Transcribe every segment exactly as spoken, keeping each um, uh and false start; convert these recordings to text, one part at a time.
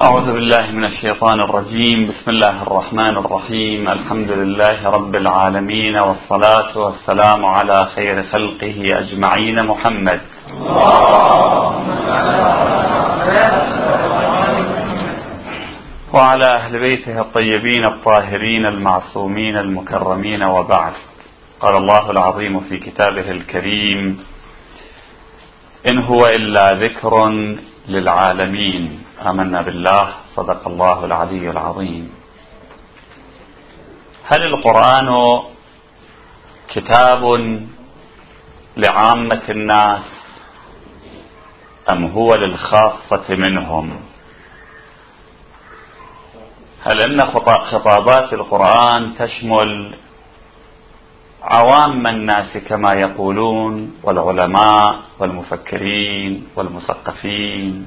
أعوذ بالله من الشيطان الرجيم. بسم الله الرحمن الرحيم. الحمد لله رب العالمين، والصلاة والسلام على خير خلقه أجمعين محمد وعلى أهل بيته الطيبين الطاهرين المعصومين المكرمين، وبعد. قال الله العظيم في كتابه الكريم: إن هو إلا ذكر للعالمين. آمنا بالله. صدق الله العلي العظيم. هل القرآن كتاب لعامة الناس أم هو للخاصة منهم؟ هل أن خطابات القرآن تشمل عوام الناس كما يقولون، والعلماء والمفكرين والمثقفين،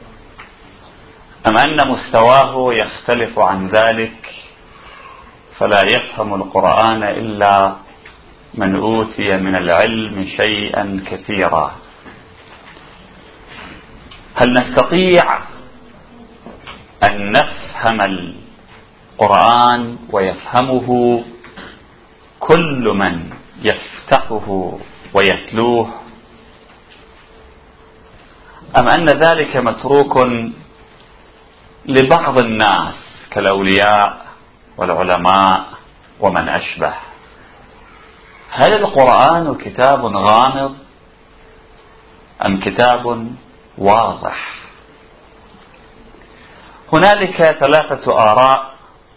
أم أن مستواه يختلف عن ذلك، فلا يفهم القرآن إلا من أوتي من العلم شيئا كثيرا؟ هل نستطيع أن نفهم القرآن ويفهمه كل من يفتحه ويتلوه، أم أن ذلك متروك لبعض الناس كالأولياء والعلماء ومن أشبه؟ هل القرآن كتاب غامض أم كتاب واضح؟ هنالك ثلاثة آراء.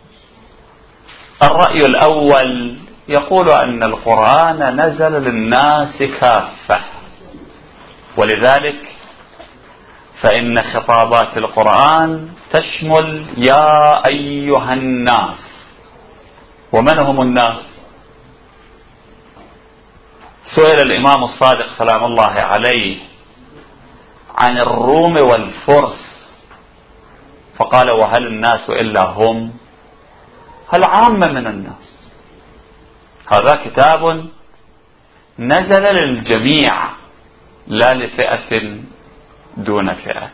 الرأي الأول يقول أن القرآن نزل للناس كافة، ولذلك فإن خطابات القرآن تشمل يا أيها الناس. ومن هم الناس؟ سئل الإمام الصادق سلام الله عليه عن الروم والفرس فقال: وهل الناس إلا هم؟ هل عامة من الناس؟ هذا كتاب نزل للجميع لا لفئة دون فئة.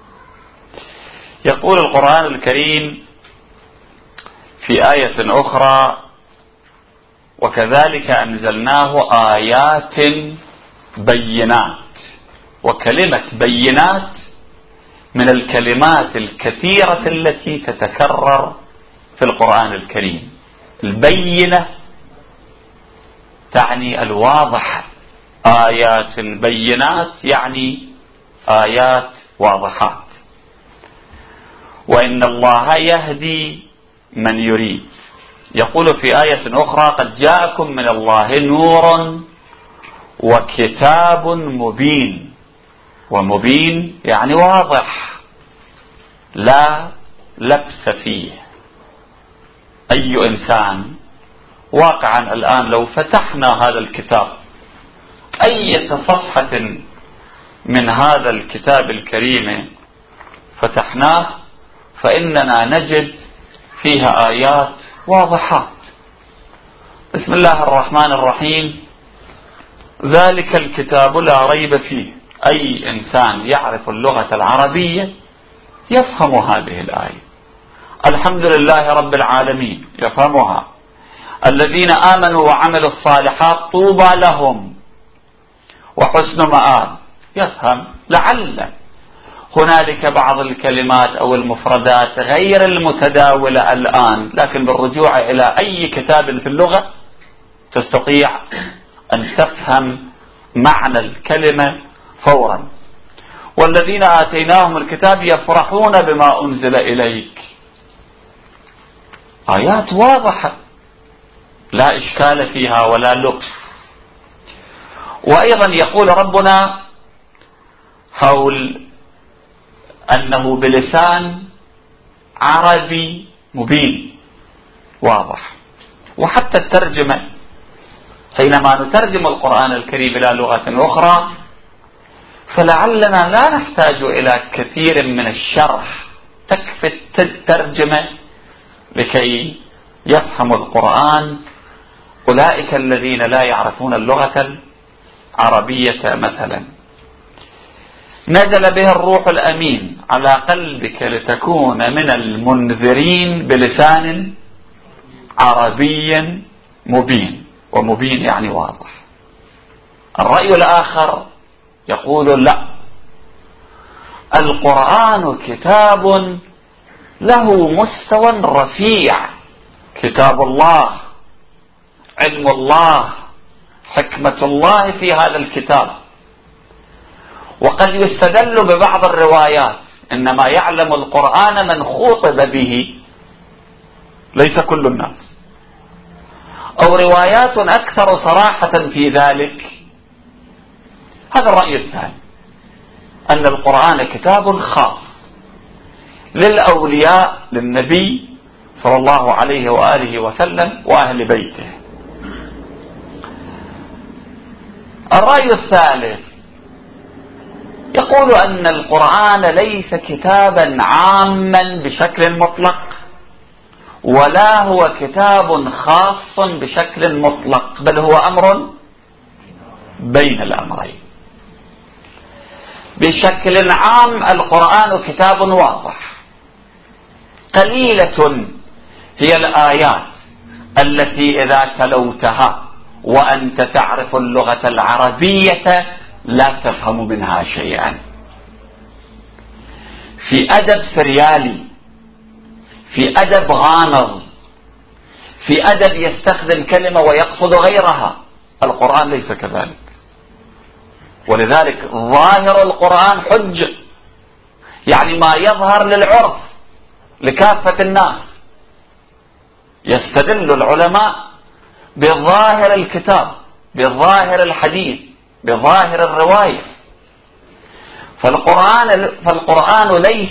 يقول القرآن الكريم في آية أخرى: وكذلك أنزلناه آيات بينات. وكلمة بينات من الكلمات الكثيرة التي تتكرر في القرآن الكريم. البينة تعني الواضح، آيات بينات يعني آيات واضحات. وإن الله يهدي من يريد. يقول في آية أخرى: قد جاءكم من الله نور وكتاب مبين. ومبين يعني واضح لا لبس فيه. أي إنسان واقعا الآن لو فتحنا هذا الكتاب، أي صفحة من هذا الكتاب الكريم فتحناه، فإننا نجد فيها آيات واضحات. بسم الله الرحمن الرحيم: ذلك الكتاب لا ريب فيه. أي إنسان يعرف اللغة العربية يفهم هذه الآية. الحمد لله رب العالمين يفهمها. الذين آمنوا وعملوا الصالحات طوبى لهم وحسن مآب يفهم. لعل هنالك بعض الكلمات أو المفردات غير المتداولة الآن، لكن بالرجوع إلى أي كتاب في اللغة تستطيع أن تفهم معنى الكلمة فورا. والذين آتيناهم الكتاب يفرحون بما أنزل إليك. آيات واضحة لا إشكال فيها ولا لبس. وأيضا يقول ربنا حول أنه بلسان عربي مبين واضح. وحتى الترجمة، حينما نترجم القرآن الكريم إلى لغة أخرى فلعلنا لا نحتاج إلى كثير من الشرح، تكفي الترجمة لكي يفهم القرآن أولئك الذين لا يعرفون اللغة العربية مثلا. نزل به الروح الأمين على قلبك لتكون من المنذرين بلسان عربي مبين، ومبين يعني واضح. الرأي الآخر يقول لا، القرآن كتاب له مستوى رفيع، كتاب الله، علم الله، حكمة الله في هذا الكتاب. وقد يستدل ببعض الروايات إنما يعلم القرآن من خوطب به، ليس كل الناس، أو روايات أكثر صراحة في ذلك. هذا الرأي الثاني، أن القرآن كتاب خاص للأولياء، للنبي صلى الله عليه وآله وسلم وأهل بيته. الرأي الثالث يقول أن القرآن ليس كتابا عاما بشكل مطلق، ولا هو كتاب خاص بشكل مطلق، بل هو أمر بين الأمرين. بشكل عام القرآن كتاب واضح، قليلة هي الآيات التي إذا تلوتها وأنت تعرف اللغة العربية لا تفهم منها شيئا. في أدب سريالي، في أدب غامض، في أدب يستخدم كلمة ويقصد غيرها. القرآن ليس كذلك، ولذلك ظاهر القرآن حجة، يعني ما يظهر للعرف لكافة الناس. يستدل العلماء بظاهر الكتاب، بظاهر الحديث، بظاهر الرواية. فالقرآن, فالقرآن ليس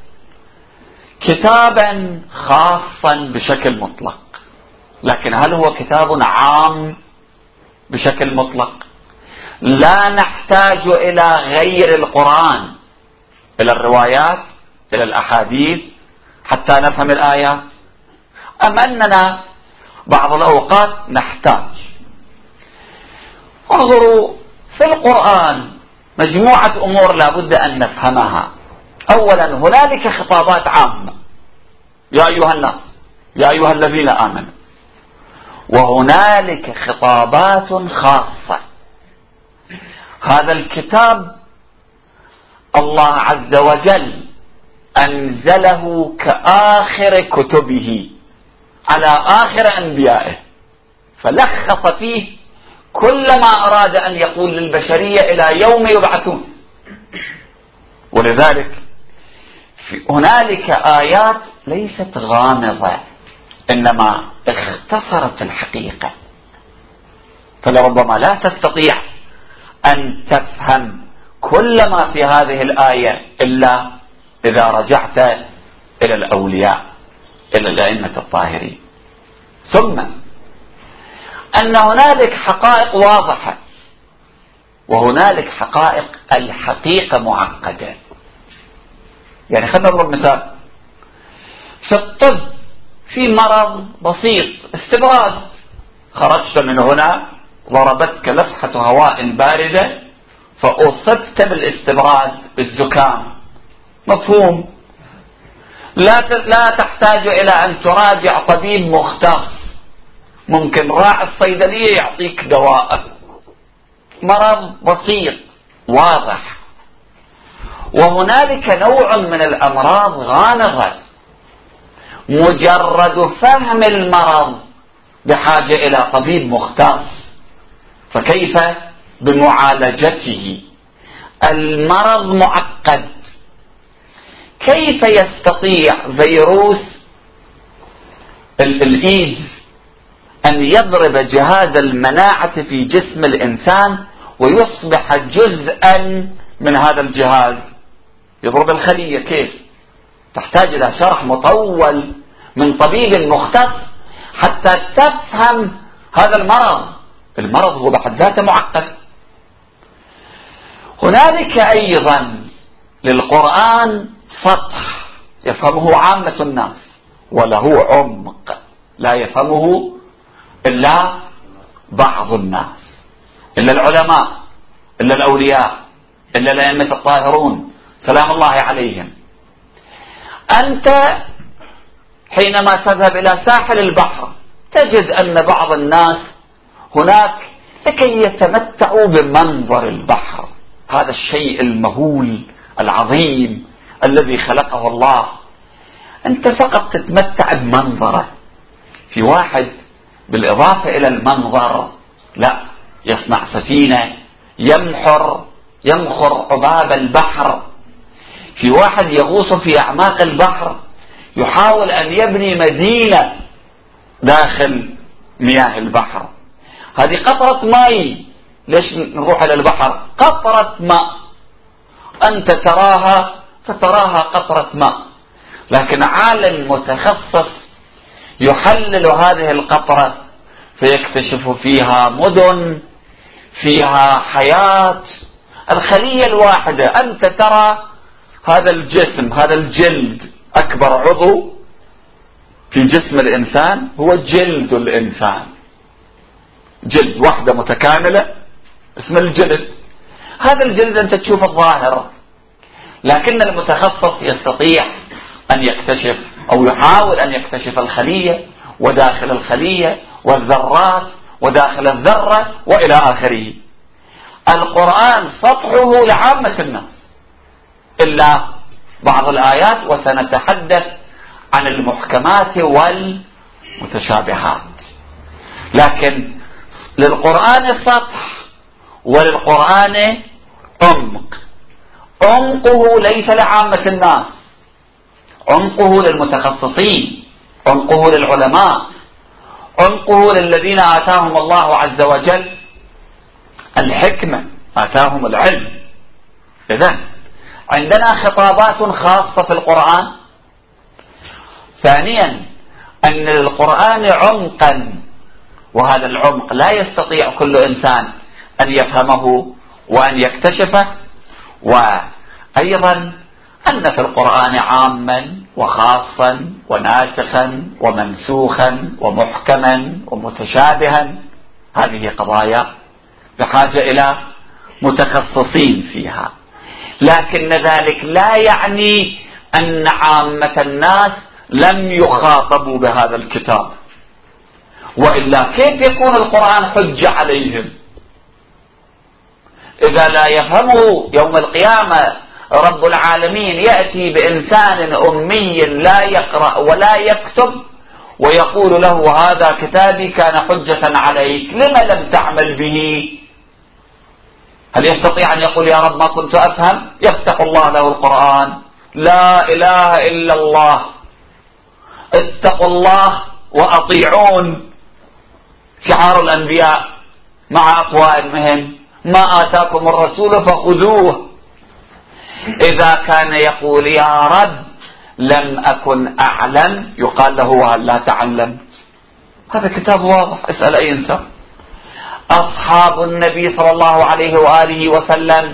كتابا خاصا بشكل مطلق، لكن هل هو كتاب عام بشكل مطلق؟ لا نحتاج إلى غير القرآن، إلى الروايات، إلى الأحاديث حتى نفهم الآيات، أم أننا بعض الأوقات نحتاج؟ انظروا في القرآن مجموعة أمور لا بد أن نفهمها. أولا هنالك خطابات عامة، يا أيها الناس، يا أيها الذين آمنوا، وهنالك خطابات خاصة. هذا الكتاب الله عز وجل أنزله كآخر كتبه على آخر أنبيائه، فلخص فيه كل ما أراد أن يقول للبشرية إلى يوم يبعثون. ولذلك هنالك آيات ليست غامضة، إنما اختصرت الحقيقة، فلربما لا تستطيع أن تفهم كل ما في هذه الآية إلا إذا رجعت إلى الأولياء، إلى الأئمة الطاهرين. ثم أن هنالك حقائق واضحة، وهنالك حقائق الحقيقة معقدة. يعني خلينا نضرب مثال. في الطب في مرض بسيط، استبراد، خرجت من هنا ضربتك لفحة هواء باردة فأصبت بالاستبراد، بالزكام، مفهوم. لا لا تحتاج إلى أن تراجع طبيب مختص، ممكن راعي الصيدلية يعطيك دواء. مرض بسيط واضح. وهنالك نوع من الأمراض غامضة، مجرد فهم المرض بحاجة إلى طبيب مختص، فكيف بمعالجته؟ المرض معقد. كيف يستطيع فيروس الإيدز أن يضرب جهاز المناعة في جسم الإنسان ويصبح جزءا من هذا الجهاز؟ يضرب الخلية كيف؟ تحتاج إلى شرح مطول من طبيب مختص حتى تفهم هذا المرض. المرض هو بحد ذاته معقد. هنالك أيضا للقرآن سطح يفهمه عامة الناس، وله عمق لا يفهمه إلا بعض الناس، إلا العلماء، إلا الأولياء، إلا الأئمة الطاهرون سلام الله عليهم. أنت حينما تذهب إلى ساحل البحر تجد أن بعض الناس هناك لكي يتمتعوا بمنظر البحر، هذا الشيء المهول العظيم الذي خلقه الله، أنت فقط تتمتع بمنظره. في واحد بالإضافة إلى المنظر لا، يصنع سفينة، يمحر يمخر عباب البحر. في واحد يغوص في أعماق البحر يحاول أن يبني مدينة داخل مياه البحر. هذه قطرة ماء، ليش نروح إلى البحر؟ قطرة ماء، أنت تراها فتراها قطرة ماء، لكن عالم متخصص يحلل هذه القطرة فيكتشف فيها مدن، فيها حياة. الخلية الواحدة، أنت ترى هذا الجسم، هذا الجلد، أكبر عضو في جسم الإنسان هو جلد الإنسان، جلد واحدة متكاملة اسم الجلد. هذا الجلد أنت تشوف الظاهرة، لكن المتخصص يستطيع أن يكتشف أو يحاول أن يكتشف الخلية وداخل الخلية والذرات وداخل الذرة وإلى آخره. القرآن سطحه لعامة الناس إلا بعض الآيات، وسنتحدث عن المحكمات والمتشابهات. لكن للقرآن سطح وللقرآن عمق. عمقه ليس لعامة الناس، عمقه للمتخصصين، عمقه للعلماء، عمقه للذين آتاهم الله عز وجل الحكمة، آتاهم العلم. إذن عندنا خطابات خاصة في القرآن. ثانيا أن للقرآن عمقا، وهذا العمق لا يستطيع كل إنسان أن يفهمه وأن يكتشفه. وأيضا أن في القرآن عاما وخاصا وناسخا ومنسوخا ومحكما ومتشابها. هذه قضايا بحاجة إلى متخصصين فيها، لكن ذلك لا يعني أن عامة الناس لم يخاطبوا بهذا الكتاب، وإلا كيف يكون القرآن حجة عليهم إذا لا يفهمه؟ يوم القيامة رب العالمين يأتي بإنسان أمي لا يقرأ ولا يكتب ويقول له هذا كتابي كان حجة عليك، لما لم تعمل به؟ هل يستطيع أن يقول يا رب ما كنت أفهم؟ يفتح الله له القرآن، لا إله إلا الله، اتقوا الله وأطيعون، شعار الأنبياء مع أقوامهم، ما آتاكم الرسول فخذوه. إذا كان يقول يا رب لم أكن أعلم يقال له هل لا تعلم؟ هذا كتاب واضح، اسأل أي إنسان. أصحاب النبي صلى الله عليه وآله وسلم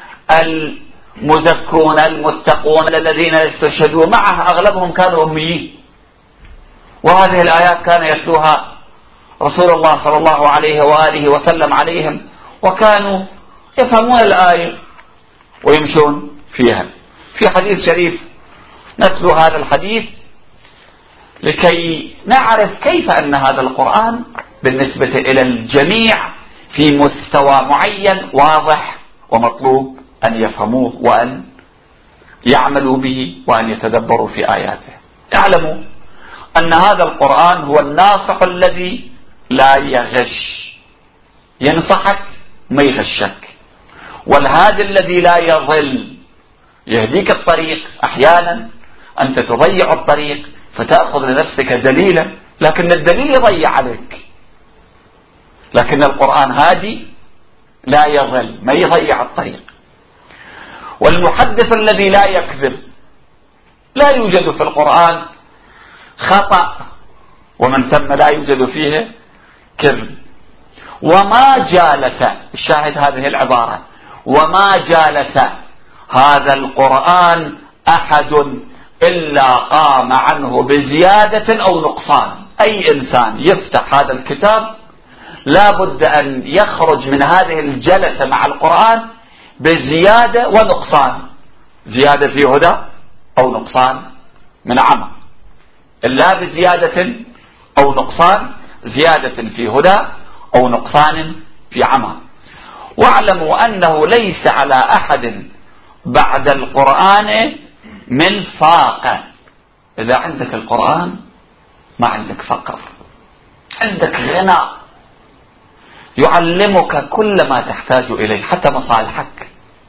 المزكون المتقون الذين استشهدوا معه أغلبهم كانوا أميين، وهذه الآيات كان يتلوها رسول الله صلى الله عليه وآله وسلم عليهم، وكانوا يفهمون الآية ويمشون فيها. في حديث شريف نتلو هذا الحديث لكي نعرف كيف أن هذا القرآن بالنسبة إلى الجميع في مستوى معين واضح ومطلوب أن يفهموه وأن يعملوا به وأن يتدبروا في آياته. اعلموا أن هذا القرآن هو الناصح الذي لا يغش، ينصحك ما يغشك، والهادي الذي لا يضل، يهديك الطريق. أحيانا أنت تضيع الطريق فتأخذ لنفسك دليلا، لكن الدليل يضيع عليك. لكن القرآن هادي لا يضل، ما يضيع الطريق. والمحدث الذي لا يكذب، لا يوجد في القرآن خطأ، ومن ثم لا يوجد فيه كذب. وما جالس، الشاهد هذه العبارة، وما جالس هذا القرآن أحد إلا قام عنه بزيادة أو نقصان. أي إنسان يفتح هذا الكتاب لا بد أن يخرج من هذه الجلسة مع القرآن بزيادة ونقصان، زيادة في هدى أو نقصان من عمى، إلا بزيادة أو نقصان، زيادة في هدى أو نقصان في عمى. واعلموا أنه ليس على أحد بعد القرآن من فاقة. إذا عندك القرآن ما عندك فقر، عندك غنى، يعلمك كل ما تحتاج إليه حتى مصالحك.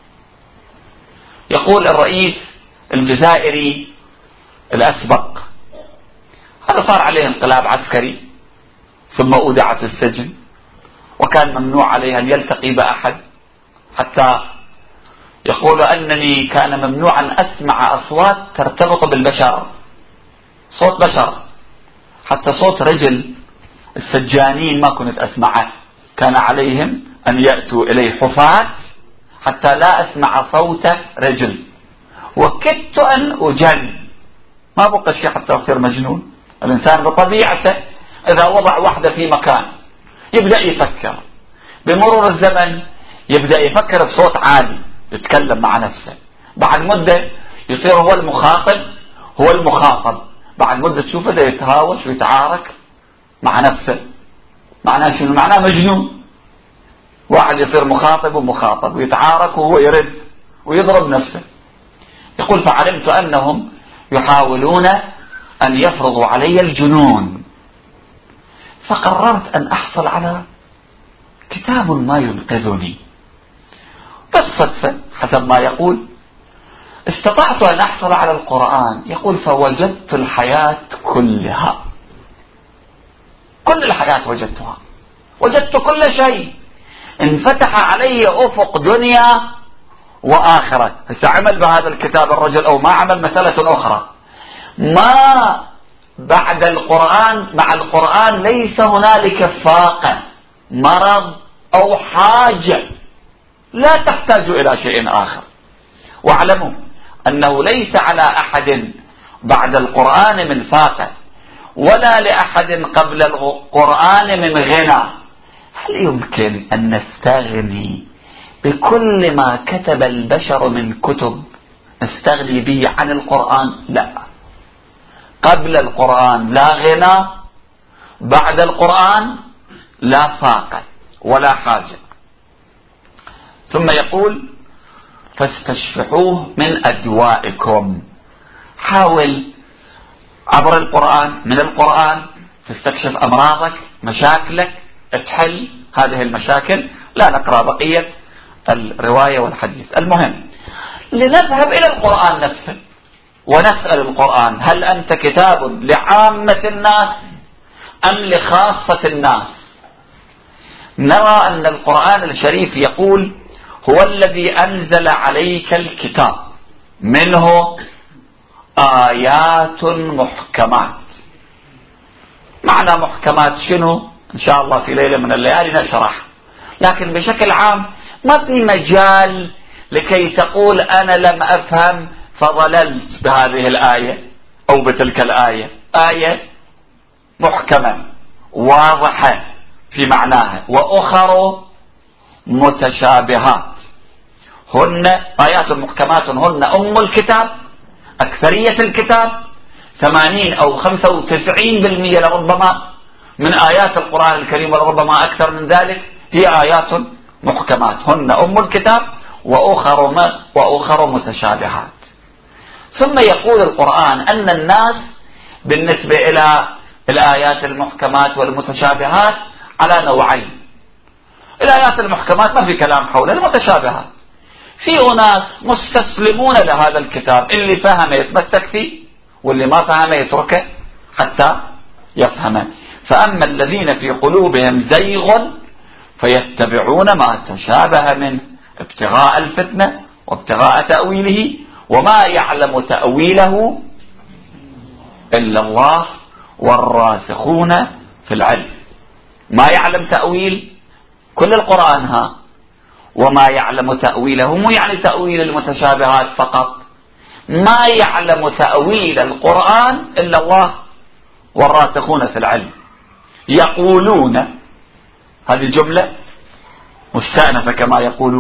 يقول الرئيس الجزائري الأسبق، هذا صار عليه انقلاب عسكري ثم أودع في السجن، وكان ممنوع عليه أن يلتقي بأحد، حتى يقول أنني كان ممنوعا أسمع أصوات ترتبط بالبشر، صوت بشر، حتى صوت رجل السجانين ما كنت أسمعه، كان عليهم أن يأتوا إلي حفاة حتى لا أسمع صوت رجل، وكدت أن أجن، ما بقى شيء حتى أصير مجنون. الإنسان بطبيعته إذا وضع وحده في مكان يبدأ يفكر، بمرور الزمن يبدأ يفكر بصوت عالي، يتكلم مع نفسه، بعد مدة يصير هو المخاطب، هو المخاطب، بعد مدة تشوفه ده يتهاوش ويتعارك مع نفسه. معناه شنو؟ معناه مجنون. واحد يصير مخاطب ومخاطب ويتعارك وهو يرد ويضرب نفسه. يقول فعلمت أنهم يحاولون أن يفرضوا علي الجنون، فقررت أن أحصل على كتاب ما ينقذني. بالصدفة حسب ما يقول استطعت أن أحصل على القرآن. يقول فوجدت الحياة كلها، كل الحياة وجدتها، وجدت كل شيء، انفتح علي أفق دنيا وآخرة. فعمل بهذا الكتاب الرجل أو ما عمل مسألة أخرى. ما بعد القرآن، مع القرآن ليس هنالك فاقة، مرض أو حاجة، لا تحتاج إلى شيء آخر. واعلموا أنه ليس على أحد بعد القرآن من فاقة، ولا لأحد قبل القرآن من غنى. هل يمكن أن نستغني بكل ما كتب البشر من كتب، نستغني به عن القرآن؟ لا. قبل القرآن لا غنى، بعد القرآن لا فاقة ولا حاجة. ثم يقول فاستشفعوه من أدوائكم. حاول عبر القرآن، من القرآن تستكشف أمراضك، مشاكلك، تحل هذه المشاكل. لا نقرأ بقية الرواية والحديث. المهم لنذهب إلى القرآن نفسه ونسأل القرآن هل أنت كتاب لعامة الناس أم لخاصة الناس؟ نرى أن القرآن الشريف يقول هو الذي أنزل عليك الكتاب منه آيات محكمات. معنى محكمات شنو؟ إن شاء الله في ليلة من الليالي نشرح، لكن بشكل عام ما في مجال لكي تقول أنا لم أفهم فضللت بهذه الآية أو بتلك الآية. آية محكمة واضحة في معناها، وأخر متشابهات. هن آيات محكمات هن أم الكتاب، أكثرية الكتاب، ثمانين أو خمسة وتسعين بالمئة لربما من آيات القرآن الكريم ولربما أكثر من ذلك هي آيات محكمات، هن أم الكتاب وأخر, ما وأخر متشابهات. ثم يقول القرآن أن الناس بالنسبة إلى الآيات المحكمات والمتشابهات على نوعين. الآيات المحكمات ما في كلام حول المتشابهات، في أناس مستسلمون لهذا الكتاب، اللي فهم يتمسك فيه واللي ما فهم يتركه حتى يفهمه. فأما الذين في قلوبهم زيغ فيتبعون ما تشابه منه ابتغاء الفتنة وابتغاء تأويله وما يعلم تأويله إلا الله والراسخون في العلم. ما يعلم تأويل كل القرآن ها، وما يعلم تأويله مو يعني تأويل المتشابهات فقط، ما يعلم تأويل القرآن إلا الله والراسخون في العلم. يقولون، هذه الجملة مستأنفة كما يقولون،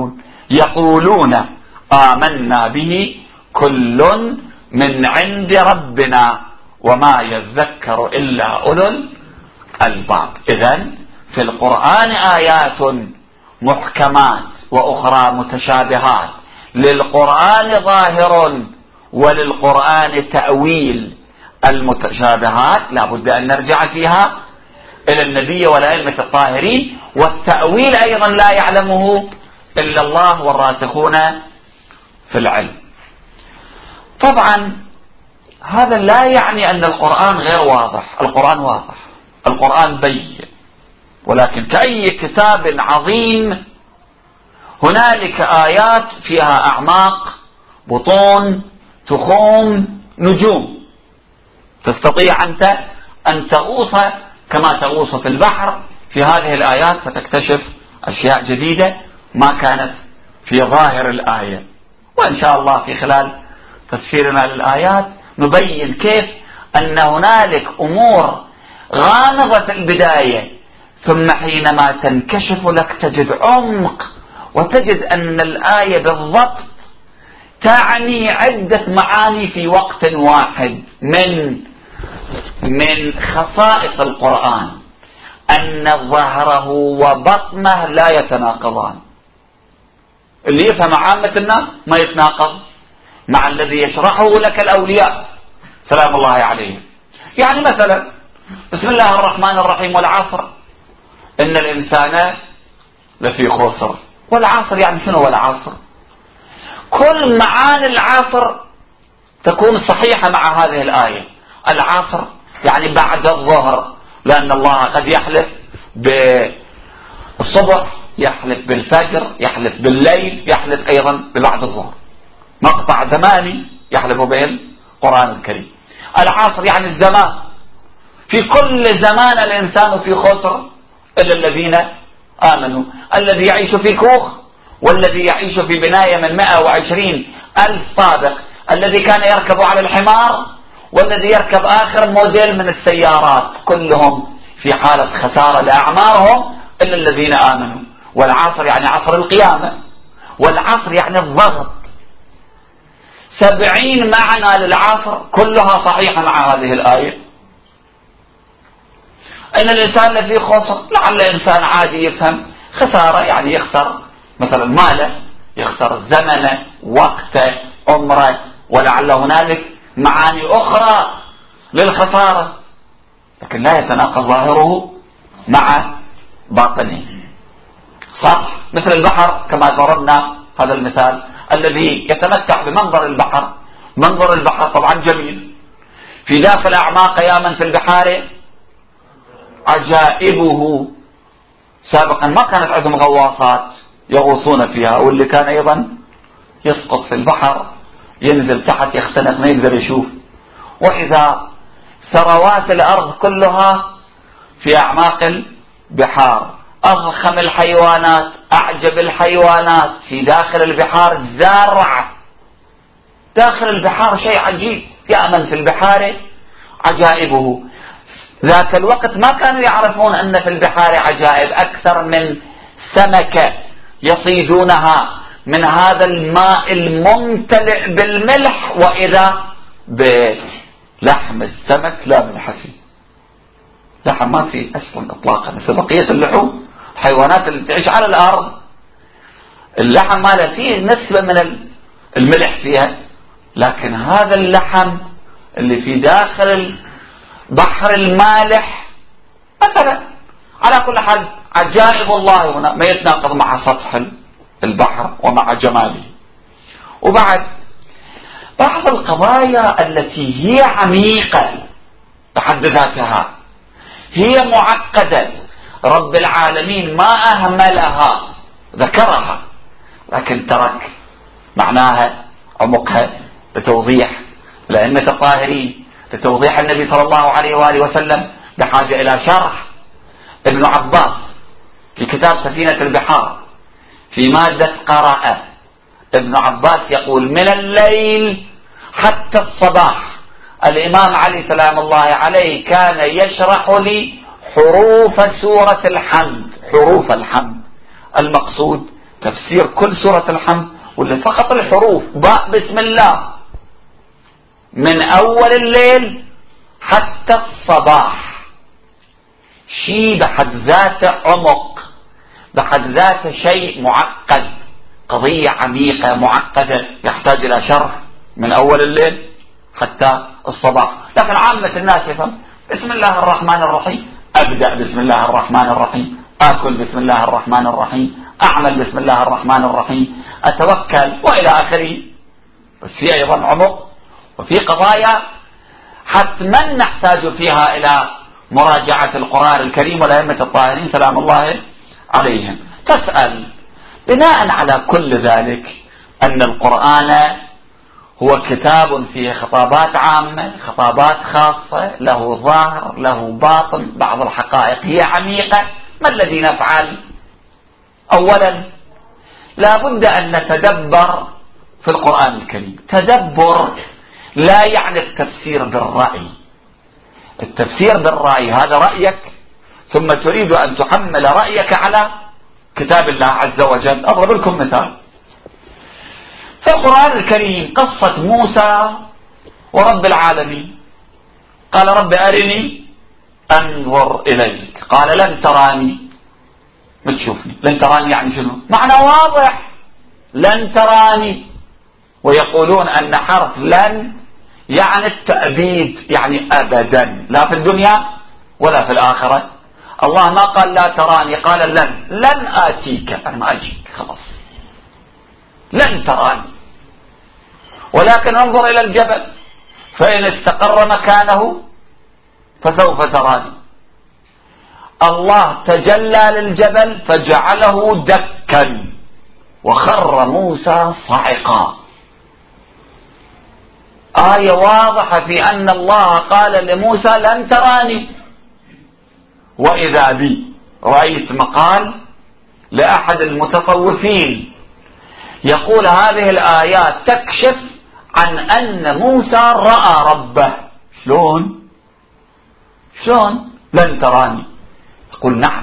يقولون آمنا به كل من عند ربنا وما يذكر إلا أولو الألباب. إذن في القرآن آيات محكمات وأخرى متشابهات، للقرآن ظاهر وللقرآن تأويل. المتشابهات لا بد أن نرجع فيها إلى النبي والأئمة الطاهرين، والتأويل أيضا لا يعلمه إلا الله والراسخون في العلم. طبعا هذا لا يعني أن القرآن غير واضح، القرآن واضح، القرآن بين، ولكن كأي كتاب عظيم هنالك آيات فيها أعماق، بطون، تخوم، نجوم، تستطيع أنت أن تغوص كما تغوص في البحر في هذه الآيات فتكتشف أشياء جديدة ما كانت في ظاهر الآية. وإن شاء الله في خلال تفسيرنا للآيات نبين كيف أن هنالك أمور غامضة البداية، ثم حينما تنكشف لك تجد عمق، وتجد أن الآية بالضبط تعني عدة معاني في وقت واحد. من من خصائص القرآن أن ظهره وبطنه لا يتناقضان. اللي يفهم عامة الناس ما يتناقض مع الذي يشرحه لك الأولياء سلام الله عليهم. يعني مثلا بسم الله الرحمن الرحيم والعصر إن الإنسان لفي خسر. والعصر يعني شنو هو العصر؟ كل معاني العصر تكون صحيحة مع هذه الآية. العصر يعني بعد الظهر، لأن الله قد يحلف بالصبح، يحلف بالفجر، يحلف بالليل، يحلف أيضا ببعد الظهر. مقطع زماني يحلف به القرآن الكريم. العصر يعني الزمان، في كل زمان الإنسان في خسر إلا الذين آمنوا. الذي يعيش في كوخ والذي يعيش في بناية من مئة وعشرين ألف طابق، الذي كان يركب على الحمار والذي يركب آخر موديل من السيارات، كلهم في حالة خسارة لأعمارهم إلا الذين آمنوا. والعصر يعني عصر القيامة، والعصر يعني الضغط. سبعين معنى للعصر كلها صحيحة مع هذه الآية. أن الإنسان الذي خسر، لعل إنسان عادي يفهم خسارة يعني يخسر مثلا ماله، يخسر زمنه، وقته، عمره، ولعل هنالك معاني أخرى للخسارة، لكن لا يتناقض ظاهره مع باطنه. سطح مثل البحر كما ضربنا هذا المثال، الذي يتمتع بمنظر البحر. منظر البحر طبعا جميل، في داخل أعماق يا من في البحار عجائبه. سابقا ما كانت عندهم غواصات يغوصون فيها، واللي كان أيضا يسقط في البحر ينزل تحت يختنق ما يقدر يشوف. وإذا ثروات الأرض كلها في أعماق البحار، أضخم الحيوانات، أعجب الحيوانات في داخل البحار، الزارع داخل البحار شيء عجيب. يا من في البحار عجائبه. ذاك الوقت ما كانوا يعرفون أن في البحار عجائب، أكثر من سمكة يصيدونها من هذا الماء الممتلئ بالملح، وإذا بلحم السمك لا ملح فيه، لحم ما فيه أصلا إطلاقا. مثل بقية اللحوم الحيوانات اللي تعيش على الأرض، اللحم ما له فيه نسبة من الملح فيها، لكن هذا اللحم اللي في داخل البحر المالح مثلا. على كل حال عجائب الله هنا ما يتناقض مع سطح البحر ومع جماله. وبعد بعض القضايا التي هي عميقة بحد ذاتها، هي معقدة، رب العالمين ما أهملها، ذكرها لكن ترك معناها عمقها لتوضيح الأئمة الطاهرين، لتوضيح النبي صلى الله عليه وآله وسلم، بحاجة إلى شرح. ابن عباس في كتاب سفينة البحار في مادة قراءة، ابن عباس يقول من الليل حتى الصباح الإمام علي سلام الله عليه كان يشرح لي حروف سورة الحمد. حروف الحمد المقصود تفسير كل سورة الحمد ولا فقط الحروف؟ باء بسم الله من أول الليل حتى الصباح، شيء بحد ذاته عمق، بحد ذاته شيء معقد، قضية عميقة معقدة يحتاج إلى شرح من أول الليل حتى الصباح. لكن عامة الناس يفهم بسم الله الرحمن الرحيم، أبدأ بسم الله الرحمن الرحيم، آكل بسم الله الرحمن الرحيم، أعمل بسم الله الرحمن الرحيم، أتوكل وإلى آخره. بس في أيضا عمق وفي قضايا حتما نحتاج فيها إلى مراجعة القرآن الكريم والأئمة الطاهرين سلام الله عليهم. تسأل بناء على كل ذلك أن القرآن هو كتاب فيه خطابات عامة، خطابات خاصة، له ظاهر له باطن، بعض الحقائق هي عميقة. ما الذي نفعل؟ أولا لا بد أن نتدبر في القرآن الكريم. تدبر لا يعني التفسير بالرأي. التفسير بالرأي هذا رأيك ثم تريد أن تحمل رأيك على كتاب الله عز وجل. أضرب لكم مثال في القرآن الكريم، قصة موسى ورب العالمين. قال رب أرني أنظر إليك، قال لن تراني، ما تشوفني. لن تراني يعني شنو؟ معنى واضح، لن تراني. ويقولون أن حرف لن يعني التأبيد، يعني أبدا، لا في الدنيا ولا في الآخرة. الله ما قال لا تراني، قال لن لن آتيك، أنا ما أجيك خلاص، لن تراني. ولكن انظر إلى الجبل فإن استقر مكانه فسوف تراني. الله تجلى للجبل فجعله دكا وخر موسى صعقا. آية واضحة في أن الله قال لموسى لن تراني. وإذا بي رأيت مقال لأحد المتصوفين يقول هذه الآيات تكشف عن أن موسى رأى ربه. شلون؟ شلون لن تراني؟ يقول نعم،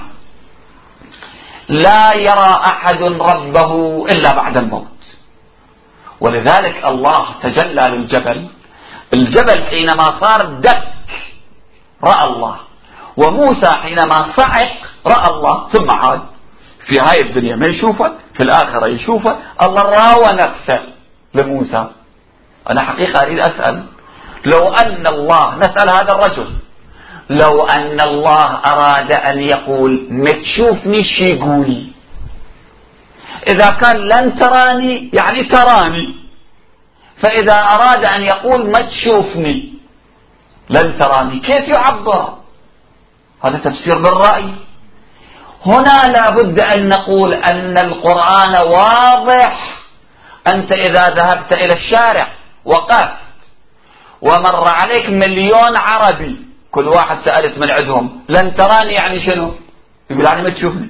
لا يرى أحد ربه إلا بعد الموت. ولذلك الله تجلى للجبل، الجبل حينما صار دك رأى الله، وموسى حينما صعق رأى الله، ثم عاد في هاي الدنيا ما يشوفه، في الآخرة يشوفه. الله راوى نفسه لموسى. أنا حقيقة أريد أسأل، لو أن الله، نسأل هذا الرجل، لو أن الله أراد أن يقول ما تشوفني شي يقولي؟ إذا كان لن تراني يعني تراني، فإذا أراد أن يقول ما تشوفني لن تراني كيف يعبر؟ هذا تفسير بالرأي. هنا لابد أن نقول أن القرآن واضح. أنت إذا ذهبت إلى الشارع وقفت ومر عليك مليون عربي، كل واحد سألت من عندهم لن تراني يعني شنو؟ يقول يعني ما تشوفني.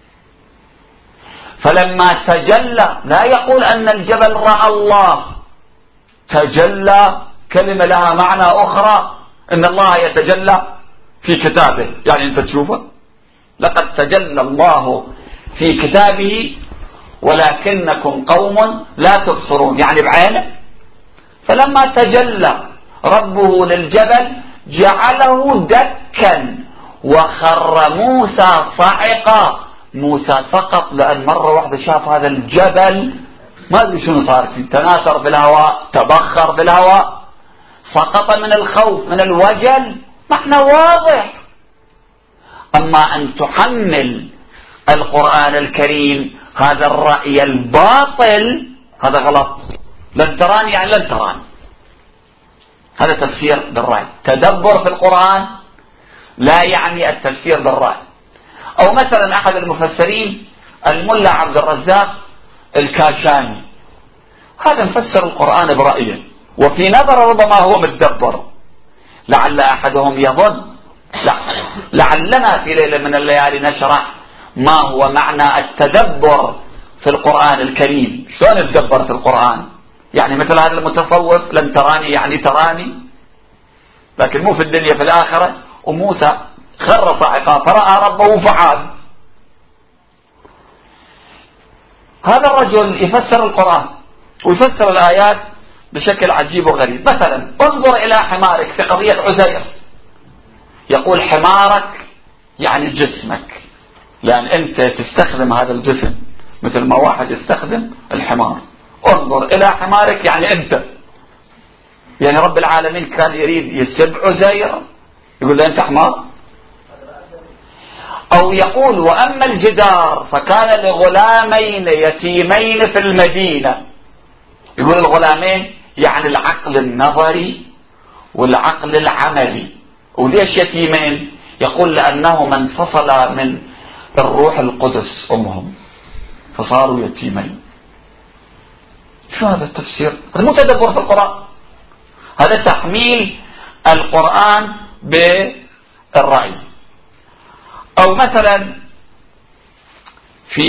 فلما تجلى لا يقول أن الجبل رأى الله، تجلى كلمة لها معنى أخرى، إن الله يتجلى في كتابه، يعني أنت تشوفه. لقد تجلى الله في كتابه ولكنكم قوم لا تبصرون، يعني بعينه. فلما تجلى ربه للجبل جعله دكا وخر موسى صعقا. موسى سقط لأن مرة واحدة شاف هذا الجبل ما أدري شنو صار فيه، تناثر في الهواء، تبخر في الهواء، سقط من الخوف من الوجل. معنى واضح. أما أن تحمل القرآن الكريم هذا الرأي الباطل هذا غلط. لن تراني يعني لن تراني، هذا تفسير بالرأي. تدبر في القرآن لا يعني التفسير بالرأي. أو مثلا أحد المفسرين الملا عبد الرزاق الكاشاني، هذا مفسر القرآن برأيه، وفي نظر ربما هو متدبر. لعل أحدهم يظن لعلنا في ليلة من الليالي نشرح ما هو معنى التدبر في القرآن الكريم. شلون نتدبر في القرآن؟ يعني مثل هذا المتصوف لن تراني يعني تراني، لكن مو في الدنيا في الآخرة. وموسى خر صاعقا فرأى ربه فعاد. هذا الرجل يفسر القرآن ويفسر الآيات بشكل عجيب وغريب. مثلا انظر إلى حمارك في قضية عزير، يقول حمارك يعني جسمك، يعني أنت تستخدم هذا الجسم مثل ما واحد يستخدم الحمار. انظر إلى حمارك يعني أنت، يعني رب العالمين كان يريد يسب عزير يقول له أنت حمار. أو يقول وأما الجدار فكان لغلامين يتيمين في المدينة، يقول الغلامين يعني العقل النظري والعقل العملي. وليش يتيمين؟ يقول لأنهما انفصلا من الروح القدس أمهم فصاروا يتيمين. شو هذا التفسير؟ هذا مو تدبر في القرآن، هذا تحميل القرآن بالرأي. أو مثلا في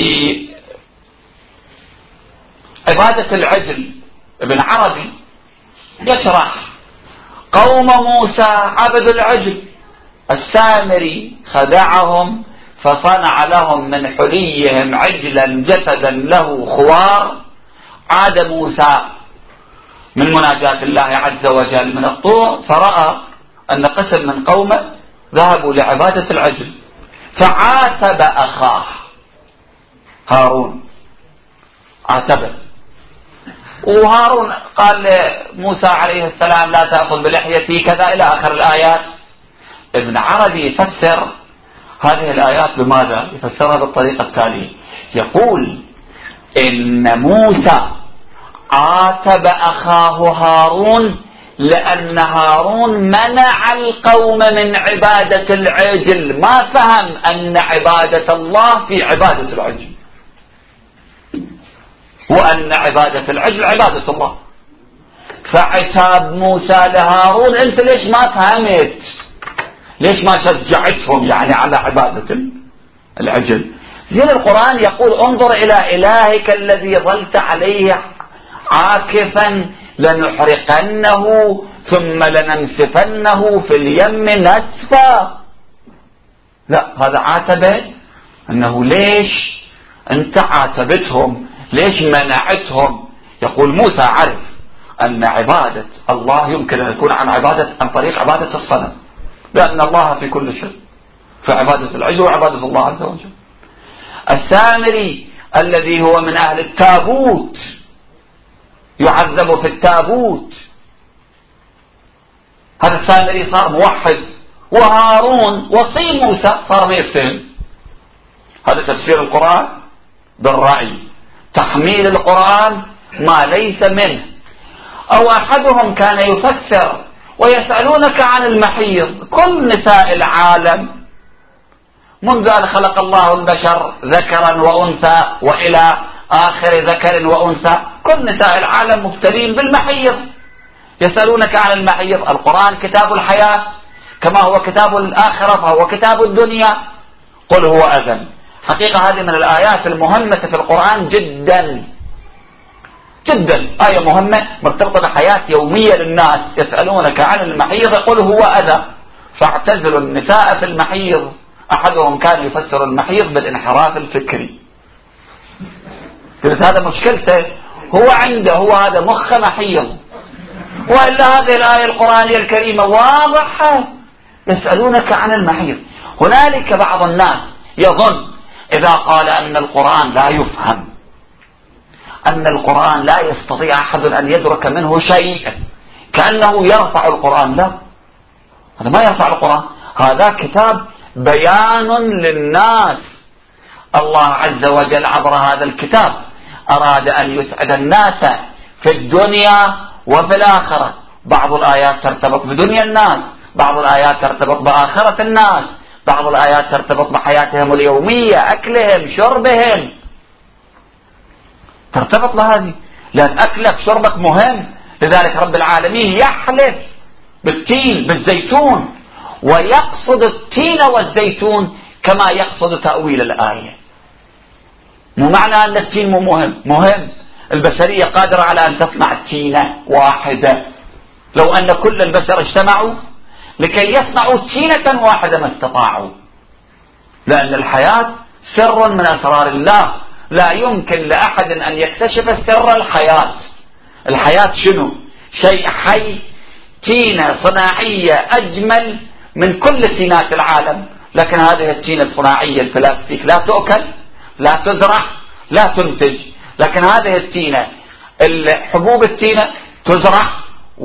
عبادة العجل ابن عربي يشرح قوم موسى عبدوا العجل، السامري خدعهم فصنع لهم من حليهم عجلا جسدا له خوار. عاد موسى من مناجاة الله عز وجل من الطور فرأى أن قسم من قومه ذهبوا لعبادة العجل فعاتب أخاه هارون، عاتبه. وهارون قال لموسى عليه السلام لا تأخذ بلحيتي كذا إلى آخر الآيات. ابن عربي يفسر هذه الآيات بماذا؟ يفسرها بالطريقة التالية، يقول إن موسى عاتب أخاه هارون لأن هارون منع القوم من عبادة العجل، ما فهم أن عبادة الله في عبادة العجل، وأن عبادة العجل عبادة الله. فعتاب موسى لهارون أنت ليش ما فهمت؟ ليش ما شجعتهم يعني على عبادة العجل؟ زين القرآن يقول انظر إلى إلهك الذي ظلت عليه عاكفا لنحرقنه ثم لننسفنه في اليم نسفا. لا، هذا عاتبه أنه ليش أنت عاتبتهم، ليش منعتهم. يقول موسى عرف أن عبادة الله يمكن أن يكون عن عبادة عن طريق عبادة الصنم، لأن الله في كل شيء، فعبادة العجل وعبادة الله عز وجل. السامري الذي هو من أهل التابوت يعذب في التابوت، هذا السامري صار موحد، وهارون وصي موسى صار ما يفتهم. هذا تفسير القرآن بالرأي، تحميل القرآن ما ليس منه. أو أحدهم كان يفسر ويسألونك عن المحيض، كل نساء العالم منذ أن خلق الله البشر ذكرا وأنثى وإلى آخر ذكر وأنثى كل نساء العالم مبتلين بالمحيض. يسألونك عن المحيض، القرآن كتاب الحياة كما هو كتاب الآخرة فهو كتاب الدنيا. قل هو أذن. حقيقة هذه من الآيات المهمة في القرآن جدا جدا، آية مهمة مرتبطة بحياة يومية للناس. يسألونك عن المحيض قل هو أذى فاعتزلوا النساء في المحيض. أحدهم كان يفسر المحيض بالانحراف الفكري، قلت هذا مشكلته، هو عنده هو هذا مخ محيض، وإلا هذه الآية القرآنية الكريمة واضحة. يسألونك عن المحيض. هنالك بعض الناس يظن إذا قال أن القرآن لا يفهم، أن القرآن لا يستطيع أحد أن يدرك منه شيئا، كأنه يرفع القرآن. لا، هذا ما يرفع القرآن، هذا كتاب بيان للناس. الله عز وجل عبر هذا الكتاب أراد أن يسعد الناس في الدنيا وفي الآخرة. بعض الآيات ترتبط بدنيا الناس، بعض الآيات ترتبط بآخرة الناس، بعض الآيات ترتبط بحياتهم اليومية، أكلهم شربهم، ترتبط بهذه، لأن أكلك شربك مهم. لذلك رب العالمين يحلف بالتين بالزيتون، ويقصد التين والزيتون كما يقصد تأويل الآية. مو معنى أن التين مو مهم، مهم. البشرية قادرة على أن تصنع تينة واحدة، لو أن كل البشر اجتمعوا لكي يصنعوا تينة واحدة ما استطاعوا، لأن الحياة سر من أسرار الله. لا يمكن لأحد أن يكتشف سر الحياة. الحياة شنو؟ شيء حي، تينة صناعية أجمل من كل تينات العالم، لكن هذه التينة الصناعية البلاستيك لا تؤكل، لا تزرع، لا تنتج، لكن هذه التينة الحبوب التينة تزرع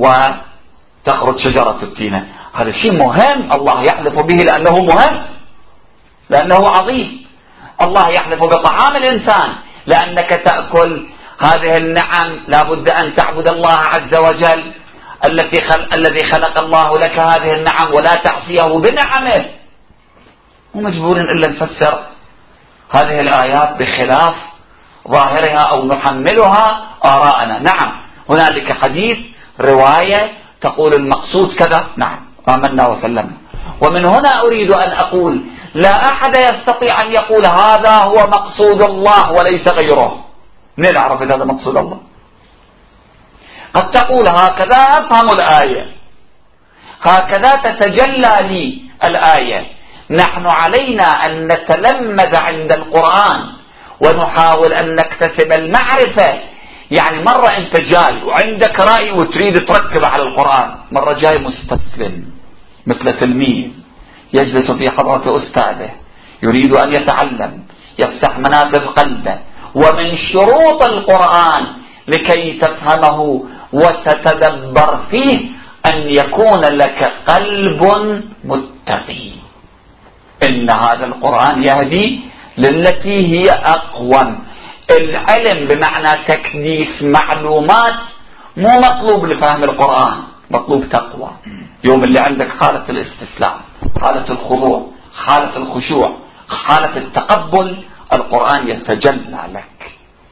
وتخرج شجرة التينة. هذا شيء مهم الله يحلف به لأنه مهم، لأنه عظيم. الله يحلف بطعام الإنسان لأنك تأكل هذه النعم، لا بد أن تعبد الله عز وجل التي خل... الذي خلق الله لك هذه النعم ولا تعصيه بنعمه. ومجبور إلا نفسر هذه الآيات بخلاف ظاهرها أو نحملها آراءنا. نعم هنالك حديث رواية تقول المقصود كذا، نعم آمنا وسلمنا. ومن هنا أريد أن أقول لا أحد يستطيع أن يقول هذا هو مقصود الله وليس غيره. من نعرف هذا مقصود الله؟ قد تقول هكذا أفهم الآية، هكذا تتجلى لي الآية. نحن علينا أن نتلمذ عند القرآن ونحاول أن نكتسب المعرفة. يعني مرة أنت جاي وعندك رأي وتريد تركب على القرآن، مرة جاي مستسلم مثل تلميذ يجلس في حضرة أستاذه يريد أن يتعلم، يفتح منافذ قلبه. ومن شروط القرآن لكي تفهمه وتتدبر فيه أن يكون لك قلب متقي. إن هذا القرآن يهدي للتي هي أقوم. العلم بمعنى تكديس معلومات مو مطلوب لفهم القرآن، مطلوب تقوى. يوم اللي عندك حالة الاستسلام، حالة الخضوع، حالة الخشوع، حالة التقبل، القرآن يتجلى لك.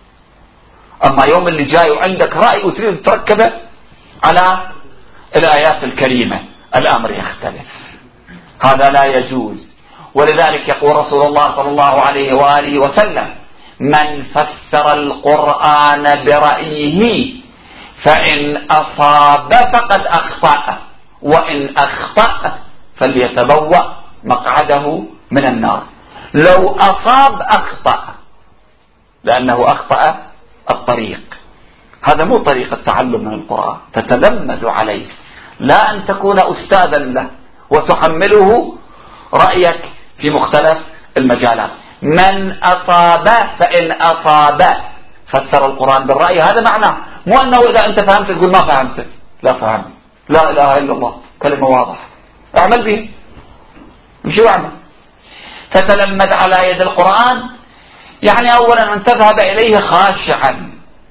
أما يوم اللي جاي وعندك رأي وتريد تركبه على الآيات الكريمة، الأمر يختلف. هذا لا يجوز. ولذلك يقول رسول الله صلى الله عليه وآله وسلم: من فسر القرآن برأيه فإن أصاب فقد أخطأ، وإن أخطأ فليتبوأ مقعده من النار. لو أصاب أخطأ لأنه أخطأ الطريق. هذا مو طريق التعلم من القرآن، تتلمذ عليه، لا أن تكون أستاذا له وتحمله رأيك في مختلف المجالات. من أصاب فإن أصاب، فسر القرآن بالرأي. هذا معناه مو أنه إذا أنت فهمت تقول ما فهمت، لا فهمت، لا إله إلا الله كلمة واضحة، أعمل به. مش أعمل. تتلمذ على يد القرآن يعني أولا أن تذهب إليه خاشعا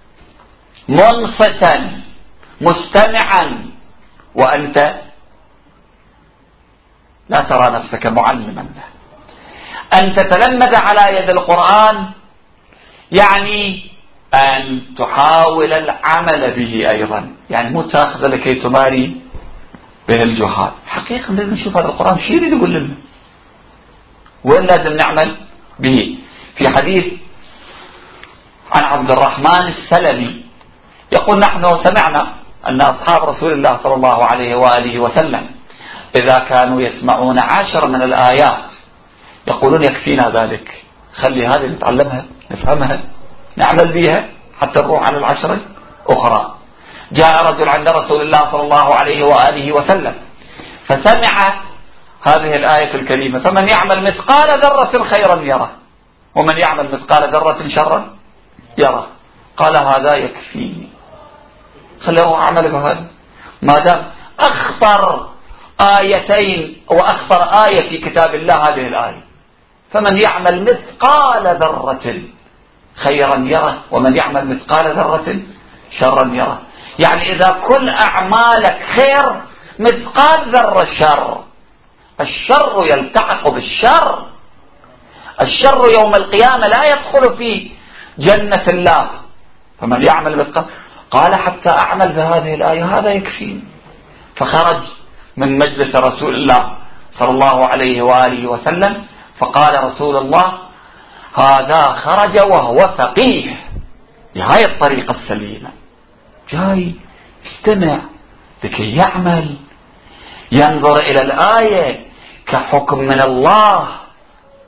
منصتا مستمعا، وأنت لا ترى نفسك معلما له. أن تتلمذ على يد القرآن يعني أن تحاول العمل به أيضا، يعني مو تأخذ لكي تماري به الجهاد. حقيقة لازم نشوف هذا القرآن شو يريد يقول لنا، وين لازم نعمل به. في حديث عن عبد الرحمن السلمي يقول: نحن سمعنا أن أصحاب رسول الله صلى الله عليه وآله وسلم إذا كانوا يسمعون عشر من الآيات يقولون يكفينا ذلك، خلي هذه نتعلمها نفهمها نعمل بها حتى نروح على العشر أخرى. جاء رجل عند رسول الله صلى الله عليه وآله وسلم فسمع هذه الآية الكريمة: فمن يعمل مثقال ذرة خيرا يره، ومن يعمل مثقال ذرة شرا يره. قال: هذا يكفيني، خلي أروح أعمل بهذا. ما دام أخطر آيتين وأخطر آية في كتاب الله هذه الآية: فمن يعمل مثقال ذرة خيرا يره، ومن يعمل مثقال ذرة شرا يره. يعني إذا كل أعمالك خير مثقال ذرة شر، الشر يلتحق بالشر. الشر يوم القيامة لا يدخل في جنة الله. فمن يعمل مثقال، قال: حتى أعمل بهذه الآية هذا يكفيني. فخرج من مجلس رسول الله صلى الله عليه وآله وسلم فقال رسول الله: هذا خرج وهو فقيه، بهاي الطريقة السليمة، جاي استمع لكي يعمل، ينظر إلى الآية كحكم من الله،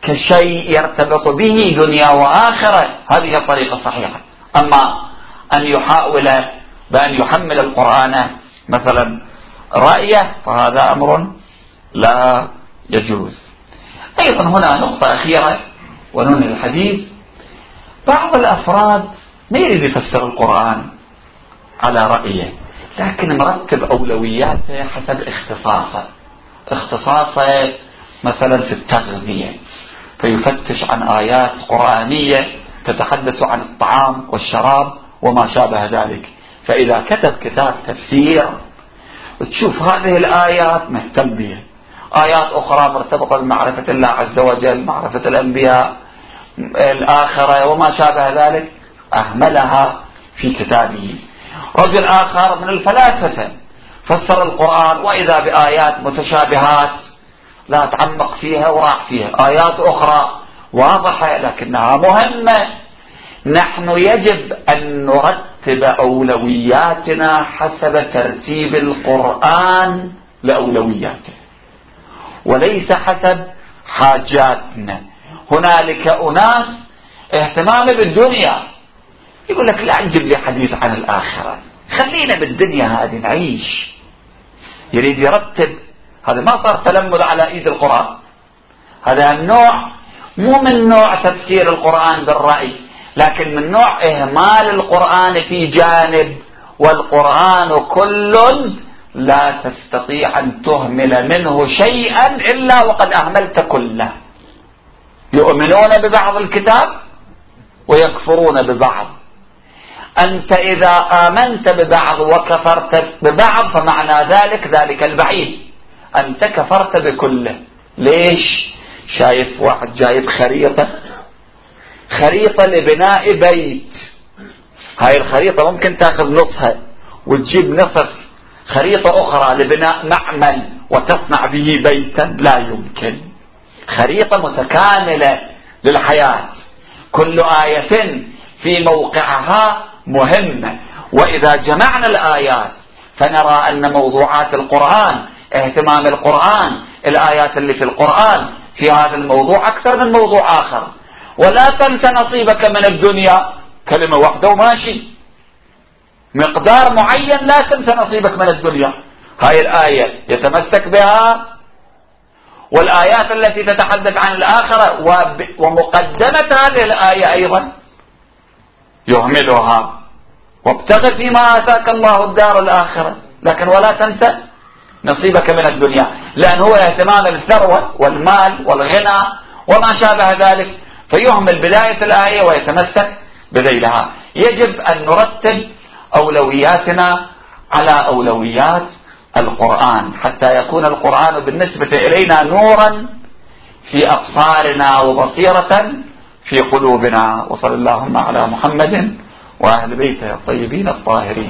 كشيء يرتبط به دنيا وآخرة، هذه الطريقة الصحيحة. أما أن يحاول بأن يحمل القرآن مثلا رأيه فهذا أمر لا يجوز. أيضا هنا نقطة أخيرة وننهي الحديث. بعض الأفراد ما يريد يفسر القرآن على رأيه، لكن مرتب أولوياته حسب اختصاصه. اختصاصه مثلا في التغذية، فيفتش عن آيات قرآنية تتحدث عن الطعام والشراب وما شابه ذلك، فإذا كتب كتاب تفسير تشوف هذه الآيات مهتم بها، آيات أخرى مرتبطة بمعرفة الله عز وجل، معرفة الأنبياء، الآخرة وما شابه ذلك، أهملها في كتابه. رجل آخر من الفلاسفة فسر القرآن وإذا بآيات متشابهات لا تعمق فيها وراح فيها، آيات أخرى واضحة لكنها مهمة. نحن يجب أن نرتب أولوياتنا حسب ترتيب القرآن لأولوياته وليس حسب حاجاتنا. هنالك أناس اهتمام بالدنيا، يقول لك لا تجيب لي حديث عن الآخرة، خلينا بالدنيا هذه نعيش. يريد يرتب، هذا ما صار تلمذ على ايد القرآن، هذا النوع مو من نوع تفسير القرآن بالرأي، لكن من نوع إهمال القرآن في جانب، والقرآن كل لا تستطيع أن تهمل منه شيئا إلا وقد أهملت كله. يؤمنون ببعض الكتاب ويكفرون ببعض. أنت إذا آمنت ببعض وكفرت ببعض فمعنى ذلك ذلك البعيد، أنت كفرت بكله. ليش؟ شايف واحد جايب خريطة خريطة لبناء بيت، هاي الخريطة ممكن تاخذ نصها وتجيب نصف خريطة أخرى لبناء معمل وتصنع به بيتا، لا يمكن. خريطة متكاملة للحياة، كل آية في موقعها مهمة. وإذا جمعنا الآيات فنرى أن موضوعات القرآن، اهتمام القرآن، الآيات اللي في القرآن في هذا الموضوع أكثر من موضوع آخر. ولا تنس نصيبك من الدنيا، كلمة واحدة وماشي، مقدار معين لا تنس نصيبك من الدنيا. هاي الآية يتمسك بها، والآيات التي تتحدث عن الآخرة ومقدمة هذه الآية أيضا يهملها. وابتغ فيما آتاك الله الدار الآخرة، لكن ولا تنسى نصيبك من الدنيا، لأن هو اهتمام الثروة والمال والغنى وما شابه ذلك، فيهمل بداية الآية ويتمسك بذيلها. يجب أن نرتب أولوياتنا على أولويات القرآن حتى يكون القرآن بالنسبة إلينا نورا في أبصارنا وبصيرة في قلوبنا. وصلى اللهم على محمد وأهل بيته الطيبين الطاهرين.